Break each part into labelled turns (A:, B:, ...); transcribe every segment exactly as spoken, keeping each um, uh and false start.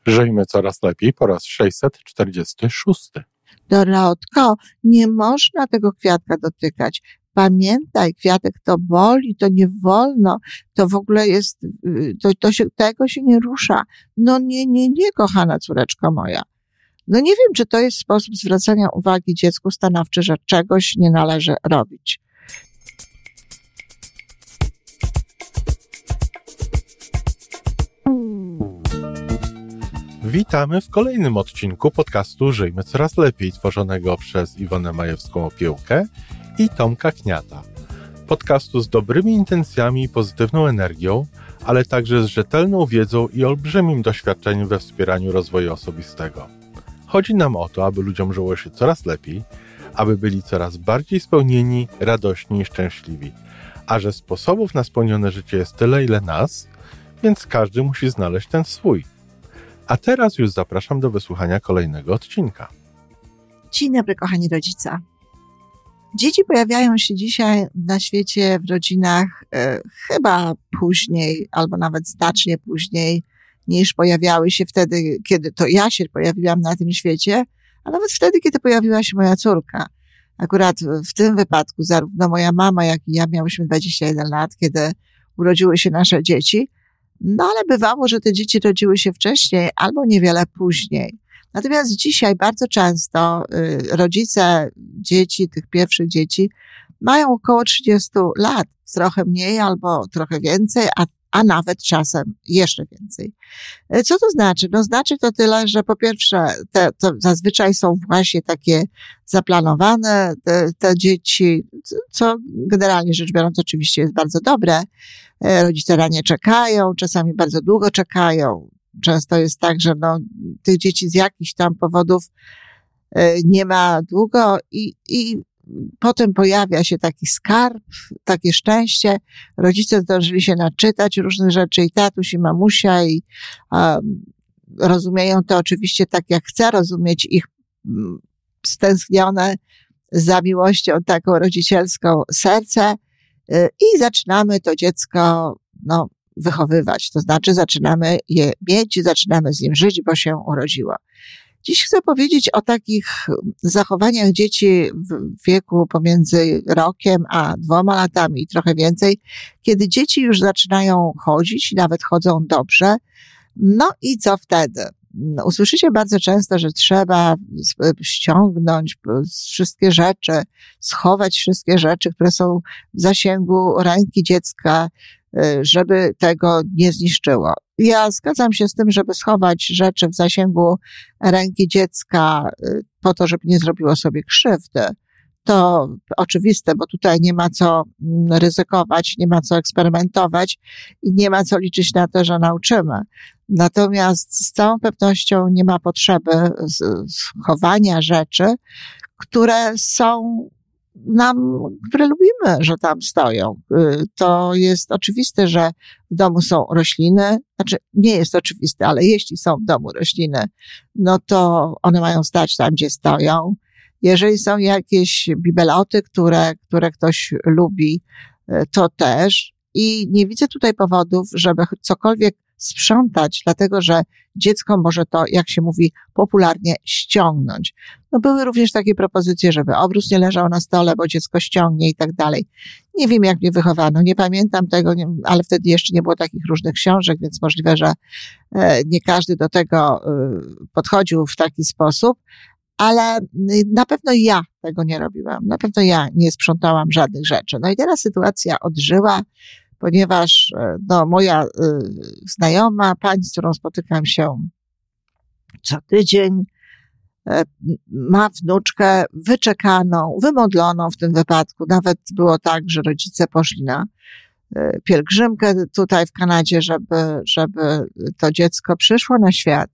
A: Żyjmy coraz lepiej po raz sześćset czterdziesty szósty.
B: Dorotko, nie można tego kwiatka dotykać. Pamiętaj, kwiatek to boli, to nie wolno, to w ogóle jest, to, to się, tego się nie rusza. No nie, nie, nie, kochana córeczko moja. No nie wiem, czy to jest sposób zwracania uwagi dziecku stanowczy, że czegoś nie należy robić.
A: Witamy w kolejnym odcinku podcastu Żyjmy Coraz Lepiej, tworzonego przez Iwonę Majewską-Opiełkę i Tomka Kniata. Podcastu z dobrymi intencjami i pozytywną energią, ale także z rzetelną wiedzą i olbrzymim doświadczeniem we wspieraniu rozwoju osobistego. Chodzi nam o to, aby ludziom żyło się coraz lepiej, aby byli coraz bardziej spełnieni, radośni i szczęśliwi. A że sposobów na spełnione życie jest tyle, ile nas, więc każdy musi znaleźć ten swój. A teraz już zapraszam do wysłuchania kolejnego odcinka.
B: Dzień dobry, kochani rodzice. Dzieci pojawiają się dzisiaj na świecie w rodzinach e, chyba później, albo nawet znacznie później, niż pojawiały się wtedy, kiedy to ja się pojawiłam na tym świecie, a nawet wtedy, kiedy pojawiła się moja córka. Akurat w tym wypadku zarówno moja mama, jak i ja miałyśmy dwadzieścia jeden lat, kiedy urodziły się nasze dzieci. No ale bywało, że te dzieci rodziły się wcześniej albo niewiele później. Natomiast dzisiaj bardzo często y, rodzice dzieci, tych pierwszych dzieci, mają około trzydzieści lat, trochę mniej albo trochę więcej, a, a nawet czasem jeszcze więcej. Y, co to znaczy? No znaczy to tyle, że po pierwsze te, to zazwyczaj są właśnie takie zaplanowane te, te dzieci, co generalnie rzecz biorąc oczywiście jest bardzo dobre. Rodzice na nie czekają, czasami bardzo długo czekają. Często jest tak, że no, tych dzieci z jakichś tam powodów nie ma długo i, i potem pojawia się taki skarb, takie szczęście. Rodzice zdążyli się naczytać różnych rzeczy i tatuś, i mamusia i um, rozumieją to oczywiście tak, jak chce rozumieć ich um, stęsknione za miłością taką rodzicielską serce. I zaczynamy to dziecko, no, wychowywać. To znaczy zaczynamy je mieć, zaczynamy z nim żyć, bo się urodziło. Dziś chcę powiedzieć o takich zachowaniach dzieci w wieku pomiędzy rokiem a dwoma latami i trochę więcej, kiedy dzieci już zaczynają chodzić i nawet chodzą dobrze. No i co wtedy? Usłyszycie bardzo często, że trzeba ściągnąć wszystkie rzeczy, schować wszystkie rzeczy, które są w zasięgu ręki dziecka, żeby tego nie zniszczyło. Ja zgadzam się z tym, żeby schować rzeczy w zasięgu ręki dziecka po to, żeby nie zrobiło sobie krzywdy. To oczywiste, bo tutaj nie ma co ryzykować, nie ma co eksperymentować i nie ma co liczyć na to, że nauczymy. Natomiast z całą pewnością nie ma potrzeby schowania rzeczy, które są nam, które lubimy, że tam stoją. To jest oczywiste, że w domu są rośliny, znaczy nie jest oczywiste, ale jeśli są w domu rośliny, no to one mają stać tam, gdzie stoją. Jeżeli są jakieś bibeloty, które, które ktoś lubi, to też. I nie widzę tutaj powodów, żeby cokolwiek sprzątać, dlatego że dziecko może to, jak się mówi popularnie, ściągnąć. No były również takie propozycje, żeby obrus nie leżał na stole, bo dziecko ściągnie i tak dalej. Nie wiem, jak mnie wychowano, nie pamiętam tego, ale wtedy jeszcze nie było takich różnych książek, więc możliwe, że nie każdy do tego podchodził w taki sposób. Ale na pewno ja tego nie robiłam. Na pewno ja nie sprzątałam żadnych rzeczy. No i teraz sytuacja odżyła, ponieważ no, moja y, znajoma, pani, z którą spotykam się co tydzień, y, ma wnuczkę wyczekaną, wymodloną w tym wypadku. Nawet było tak, że rodzice poszli na y, pielgrzymkę tutaj w Kanadzie, żeby, żeby to dziecko przyszło na świat.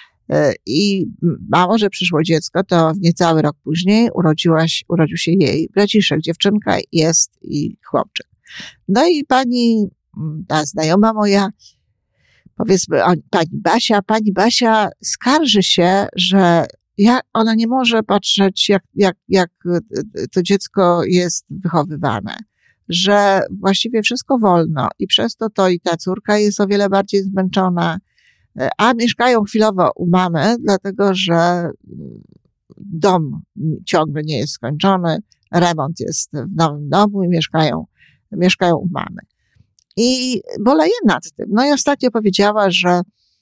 B: I mało, że przyszło dziecko, to niecały rok później urodziłaś, urodził się jej braciszek, dziewczynka jest i chłopczyk. No i pani, ta znajoma moja, powiedzmy, pani Basia, pani Basia skarży się, że ja, ona nie może patrzeć, jak, jak, jak to dziecko jest wychowywane, że właściwie wszystko wolno i przez to to i ta córka jest o wiele bardziej zmęczona, a mieszkają chwilowo u mamy, dlatego że dom ciągle nie jest skończony, remont jest w nowym domu i mieszkają, mieszkają u mamy. I boleję nad tym. No i ostatnio powiedziała, że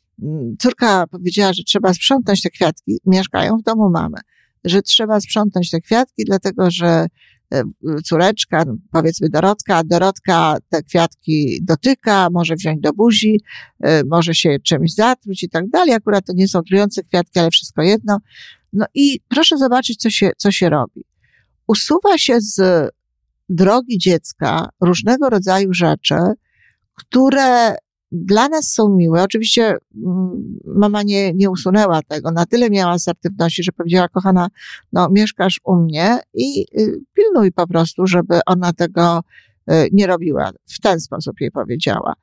B: córka powiedziała, że trzeba sprzątać te kwiatki, mieszkają w domu mamy, że trzeba sprzątać te kwiatki, dlatego że córeczka, powiedzmy Dorotka, Dorotka te kwiatki dotyka, może wziąć do buzi, może się czymś zatruć i tak dalej. Akurat to nie są trujące kwiatki, ale wszystko jedno. No i proszę zobaczyć, co się, co się robi. Usuwa się z drogi dziecka różnego rodzaju rzeczy, które dla nas są miłe. Oczywiście mama nie, nie usunęła tego. Na tyle miała asertywności, że powiedziała, kochana, no mieszkasz u mnie i pilnuj po prostu, żeby ona tego nie robiła. W ten sposób jej powiedziała.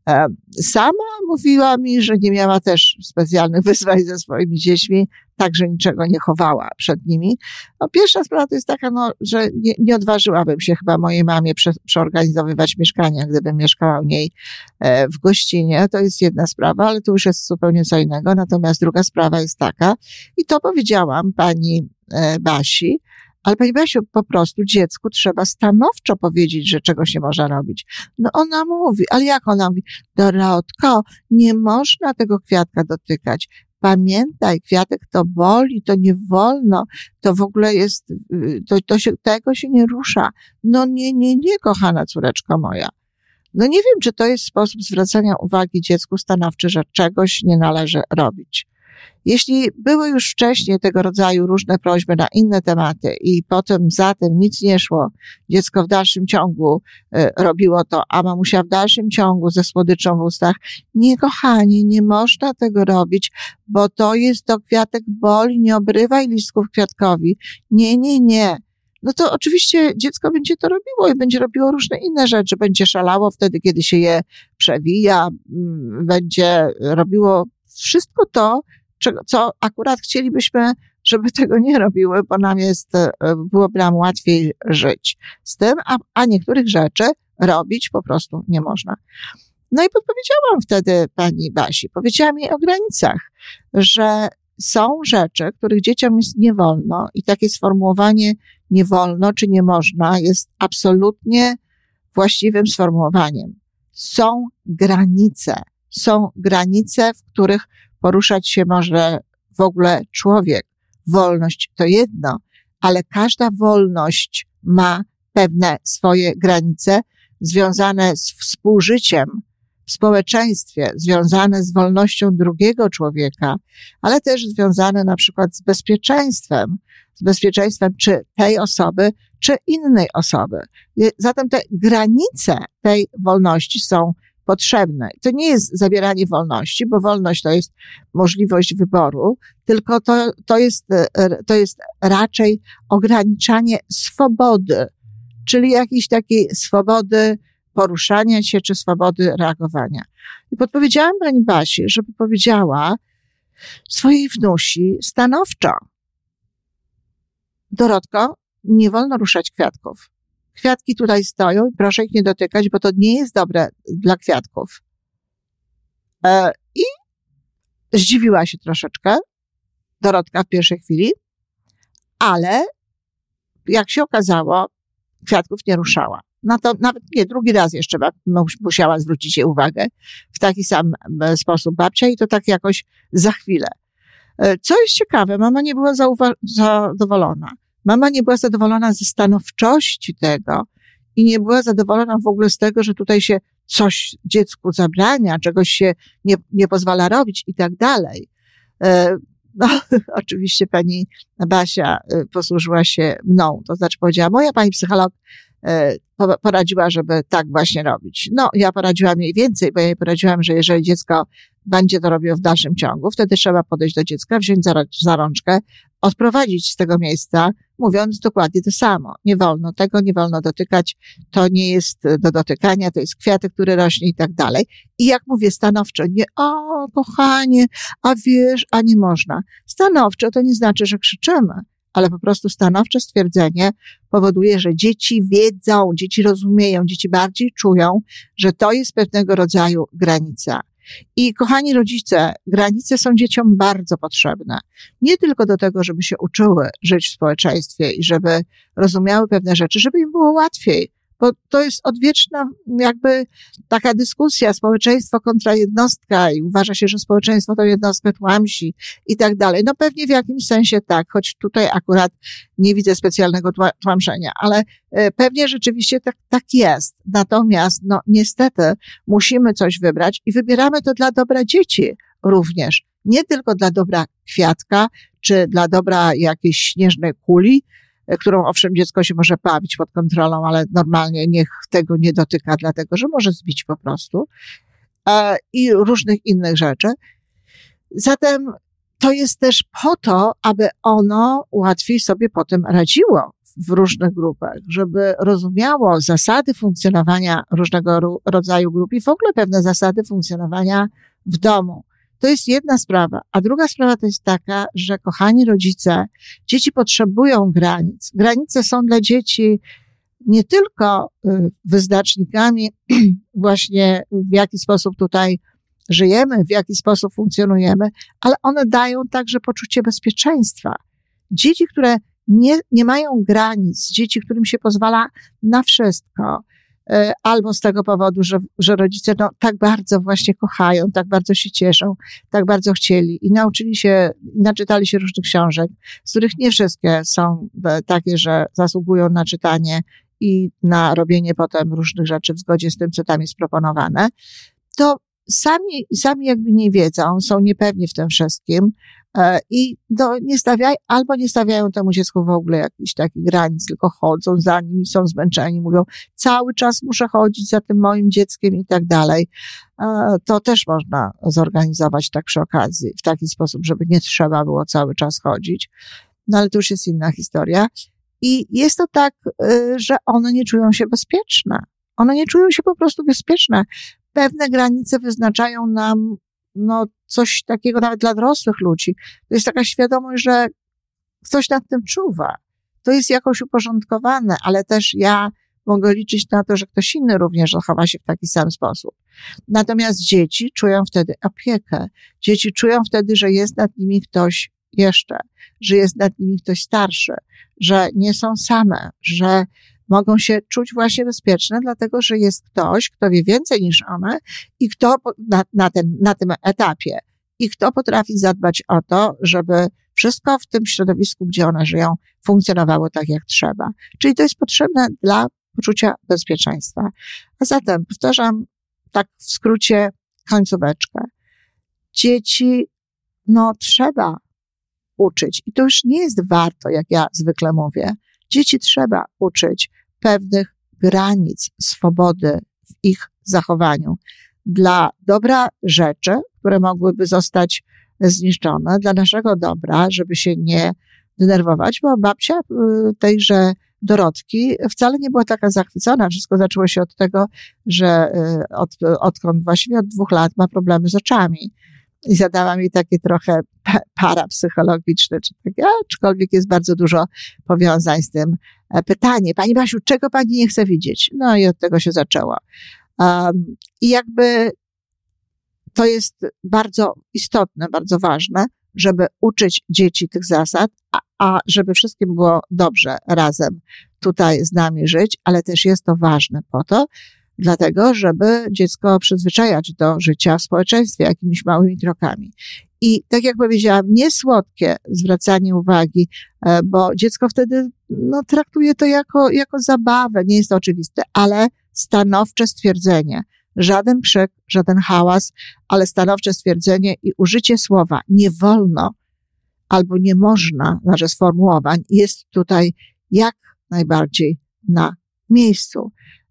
B: Sama mówiła mi, że nie miała też specjalnych wyzwań ze swoimi dziećmi, także niczego nie chowała przed nimi. No, pierwsza sprawa to jest taka, no, że nie, nie odważyłabym się chyba mojej mamie prze, przeorganizowywać mieszkania, gdybym mieszkała u niej w gościnie. To jest jedna sprawa, ale to już jest zupełnie co innego. Natomiast druga sprawa jest taka, i to powiedziałam pani Basi, ale pani Basiu, po prostu dziecku trzeba stanowczo powiedzieć, że czegoś nie można robić. No ona mówi, ale jak ona mówi? Dorotko, nie można tego kwiatka dotykać. Pamiętaj, kwiatek to boli, to nie wolno, to w ogóle jest, to, to się, tego się nie rusza. No nie, nie, nie, kochana córeczko moja. No nie wiem, czy to jest sposób zwracania uwagi dziecku stanowczy, że czegoś nie należy robić. Jeśli były już wcześniej tego rodzaju różne prośby na inne tematy i potem za tym nic nie szło, dziecko w dalszym ciągu y, robiło to, a mamusia w dalszym ciągu ze słodyczą w ustach, nie kochani, nie można tego robić, bo to jest, to kwiatek boli, nie obrywaj listków kwiatkowi. Nie, nie, nie. No to oczywiście dziecko będzie to robiło i będzie robiło różne inne rzeczy. Będzie szalało wtedy, kiedy się je przewija, będzie robiło wszystko to, co akurat chcielibyśmy, żeby tego nie robiły, bo nam jest, byłoby nam łatwiej żyć z tym, a, a niektórych rzeczy robić po prostu nie można. No i podpowiedziałam wtedy pani Basi, powiedziałam jej o granicach, że są rzeczy, których dzieciom jest nie wolno i takie sformułowanie nie wolno czy nie można jest absolutnie właściwym sformułowaniem. Są granice, są granice, w których poruszać się może w ogóle człowiek. Wolność to jedno, ale każda wolność ma pewne swoje granice związane z współżyciem w społeczeństwie, związane z wolnością drugiego człowieka, ale też związane na przykład z bezpieczeństwem, z bezpieczeństwem czy tej osoby, czy innej osoby. Zatem te granice tej wolności są potrzebne. To nie jest zabieranie wolności, bo wolność to jest możliwość wyboru, tylko to, to jest, to jest raczej ograniczanie swobody, czyli jakiejś takiej swobody poruszania się, czy swobody reagowania. I podpowiedziałam pani Basi, żeby powiedziała swojej wnusi stanowczo: Dorotko, nie wolno ruszać kwiatków. Kwiatki tutaj stoją i proszę ich nie dotykać, bo to nie jest dobre dla kwiatków. E, I zdziwiła się troszeczkę Dorotka w pierwszej chwili, ale jak się okazało, kwiatków nie ruszała. No to nawet nie, drugi raz jeszcze musiała zwrócić jej uwagę w taki sam sposób babcia i to tak jakoś za chwilę. Co jest ciekawe, mama nie była zauwa- zadowolona. Mama nie była zadowolona ze stanowczości tego i nie była zadowolona w ogóle z tego, że tutaj się coś dziecku zabrania, czegoś się nie, nie pozwala robić i tak dalej. No, oczywiście pani Basia posłużyła się mną, to znaczy powiedziała, moja pani psycholog poradziła, żeby tak właśnie robić. No, ja poradziłam jej więcej, bo ja jej poradziłam, że jeżeli dziecko będzie to robiło w dalszym ciągu, wtedy trzeba podejść do dziecka, wziąć za, za rączkę, odprowadzić z tego miejsca, mówiąc dokładnie to samo. Nie wolno tego, nie wolno dotykać, to nie jest do dotykania, to jest kwiatek, który rośnie i tak dalej. I jak mówię stanowczo, nie, o kochanie, a wiesz, a nie można. Stanowczo to nie znaczy, że krzyczymy, ale po prostu stanowcze stwierdzenie powoduje, że dzieci wiedzą, dzieci rozumieją, dzieci bardziej czują, że to jest pewnego rodzaju granica. I kochani rodzice, granice są dzieciom bardzo potrzebne. Nie tylko do tego, żeby się uczyły żyć w społeczeństwie i żeby rozumiały pewne rzeczy, żeby im było łatwiej. Bo to jest odwieczna jakby taka dyskusja, społeczeństwo kontra jednostka i uważa się, że społeczeństwo to jednostkę tłamsi i tak dalej. No pewnie w jakimś sensie tak, choć tutaj akurat nie widzę specjalnego tłamszenia, ale pewnie rzeczywiście tak, tak jest. Natomiast no niestety musimy coś wybrać i wybieramy to dla dobra dzieci również. Nie tylko dla dobra kwiatka, czy dla dobra jakiejś śnieżnej kuli, którą owszem dziecko się może bawić pod kontrolą, ale normalnie niech tego nie dotyka, dlatego że może zbić po prostu e, i różnych innych rzeczy. Zatem to jest też po to, aby ono łatwiej sobie potem radziło w różnych grupach, żeby rozumiało zasady funkcjonowania różnego rodzaju grup i w ogóle pewne zasady funkcjonowania w domu. To jest jedna sprawa. A druga sprawa to jest taka, że kochani rodzice, dzieci potrzebują granic. Granice są dla dzieci nie tylko wyznacznikami właśnie w jaki sposób tutaj żyjemy, w jaki sposób funkcjonujemy, ale one dają także poczucie bezpieczeństwa. Dzieci, które nie, nie mają granic, dzieci, którym się pozwala na wszystko, albo z tego powodu, że, że rodzice no, tak bardzo właśnie kochają, tak bardzo się cieszą, tak bardzo chcieli i nauczyli się, naczytali się różnych książek, z których nie wszystkie są takie, że zasługują na czytanie i na robienie potem różnych rzeczy w zgodzie z tym, co tam jest proponowane, to sami, sami jakby nie wiedzą, są niepewni w tym wszystkim i do, nie stawiają, albo nie stawiają temu dziecku w ogóle jakichś takich granic, tylko chodzą za nim i są zmęczeni, mówią cały czas muszę chodzić za tym moim dzieckiem i tak dalej. To też można zorganizować tak przy okazji, w taki sposób, żeby nie trzeba było cały czas chodzić. No ale to już jest inna historia. I jest to tak, że one nie czują się bezpieczne. One nie czują się po prostu bezpieczne. Pewne granice wyznaczają nam no coś takiego nawet dla dorosłych ludzi. To jest taka świadomość, że ktoś nad tym czuwa. To jest jakoś uporządkowane, ale też ja mogę liczyć na to, że ktoś inny również zachowa się w taki sam sposób. Natomiast dzieci czują wtedy opiekę. Dzieci czują wtedy, że jest nad nimi ktoś jeszcze, że jest nad nimi ktoś starszy, że nie są same, że mogą się czuć właśnie bezpieczne, dlatego że jest ktoś, kto wie więcej niż one i kto na, na, ten, na tym etapie i kto potrafi zadbać o to, żeby wszystko w tym środowisku, gdzie one żyją, funkcjonowało tak, jak trzeba. Czyli to jest potrzebne dla poczucia bezpieczeństwa. A zatem, powtarzam tak w skrócie końcóweczkę. Dzieci, no trzeba uczyć i to już nie jest warto, jak ja zwykle mówię. Dzieci trzeba uczyć pewnych granic swobody w ich zachowaniu dla dobra rzeczy, które mogłyby zostać zniszczone, dla naszego dobra, żeby się nie denerwować, bo babcia tejże Dorotki wcale nie była taka zachwycona. Wszystko zaczęło się od tego, że od, odkąd właściwie od dwóch lat ma problemy z oczami. I zadałam jej takie trochę parapsychologiczne, czy tak, aczkolwiek jest bardzo dużo powiązań z tym. Pytanie, Pani Basiu, czego Pani nie chce widzieć? No i od tego się zaczęło. Um, I jakby to jest bardzo istotne, bardzo ważne, żeby uczyć dzieci tych zasad, a, a żeby wszystkim było dobrze razem tutaj z nami żyć, ale też jest to ważne po to, dlatego, żeby dziecko przyzwyczajać do życia w społeczeństwie jakimiś małymi krokami. I tak jak powiedziałam, nie słodkie zwracanie uwagi, bo dziecko wtedy no, traktuje to jako, jako zabawę, nie jest to oczywiste, ale stanowcze stwierdzenie. Żaden krzyk, żaden hałas, ale stanowcze stwierdzenie i użycie słowa nie wolno albo nie można, znaczy sformułowań, jest tutaj jak najbardziej na miejscu.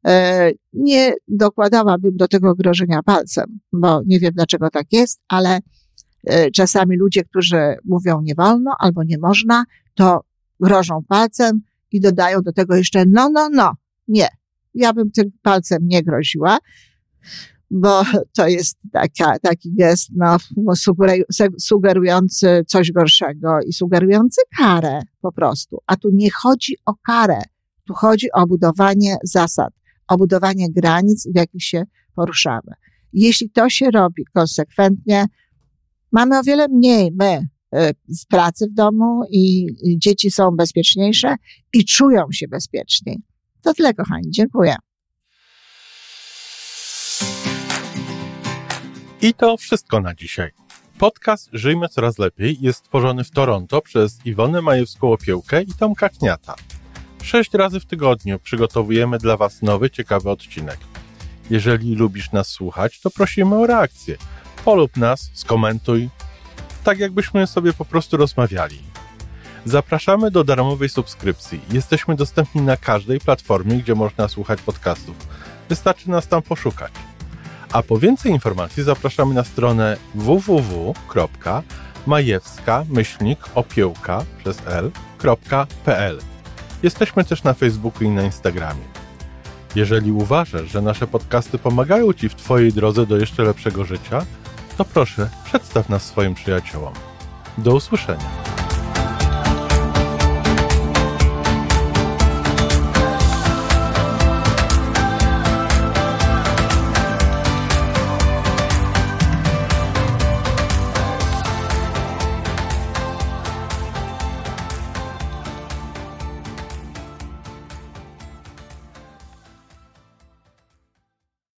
B: Nie dokładałabym do tego grożenia palcem, bo nie wiem dlaczego tak jest, ale czasami ludzie, którzy mówią nie wolno albo nie można, to grożą palcem i dodają do tego jeszcze no, no, no, nie. Ja bym tym palcem nie groziła, bo to jest taka, taki gest no, sugerujący coś gorszego i sugerujący karę po prostu. A tu nie chodzi o karę, tu chodzi o budowanie zasad, o budowanie granic, w jakich się poruszamy. Jeśli to się robi konsekwentnie, mamy o wiele mniej my w pracy w domu i dzieci są bezpieczniejsze i czują się bezpieczniej. To tyle, kochani. Dziękuję.
A: I to wszystko na dzisiaj. Podcast Żyjmy Coraz Lepiej jest stworzony w Toronto przez Iwonę Majewską-Opiełkę i Tomka Kniata. Sześć razy w tygodniu przygotowujemy dla Was nowy, ciekawy odcinek. Jeżeli lubisz nas słuchać, to prosimy o reakcję. Polub nas, skomentuj, tak jakbyśmy sobie po prostu rozmawiali. Zapraszamy do darmowej subskrypcji. Jesteśmy dostępni na każdej platformie, gdzie można słuchać podcastów. Wystarczy nas tam poszukać. A po więcej informacji zapraszamy na stronę w w w kropka majewska myślnik opiełka przez l kropka p l. Jesteśmy też na Facebooku i na Instagramie. Jeżeli uważasz, że nasze podcasty pomagają Ci w Twojej drodze do jeszcze lepszego życia, to proszę, przedstaw nas swoim przyjaciołom. Do usłyszenia.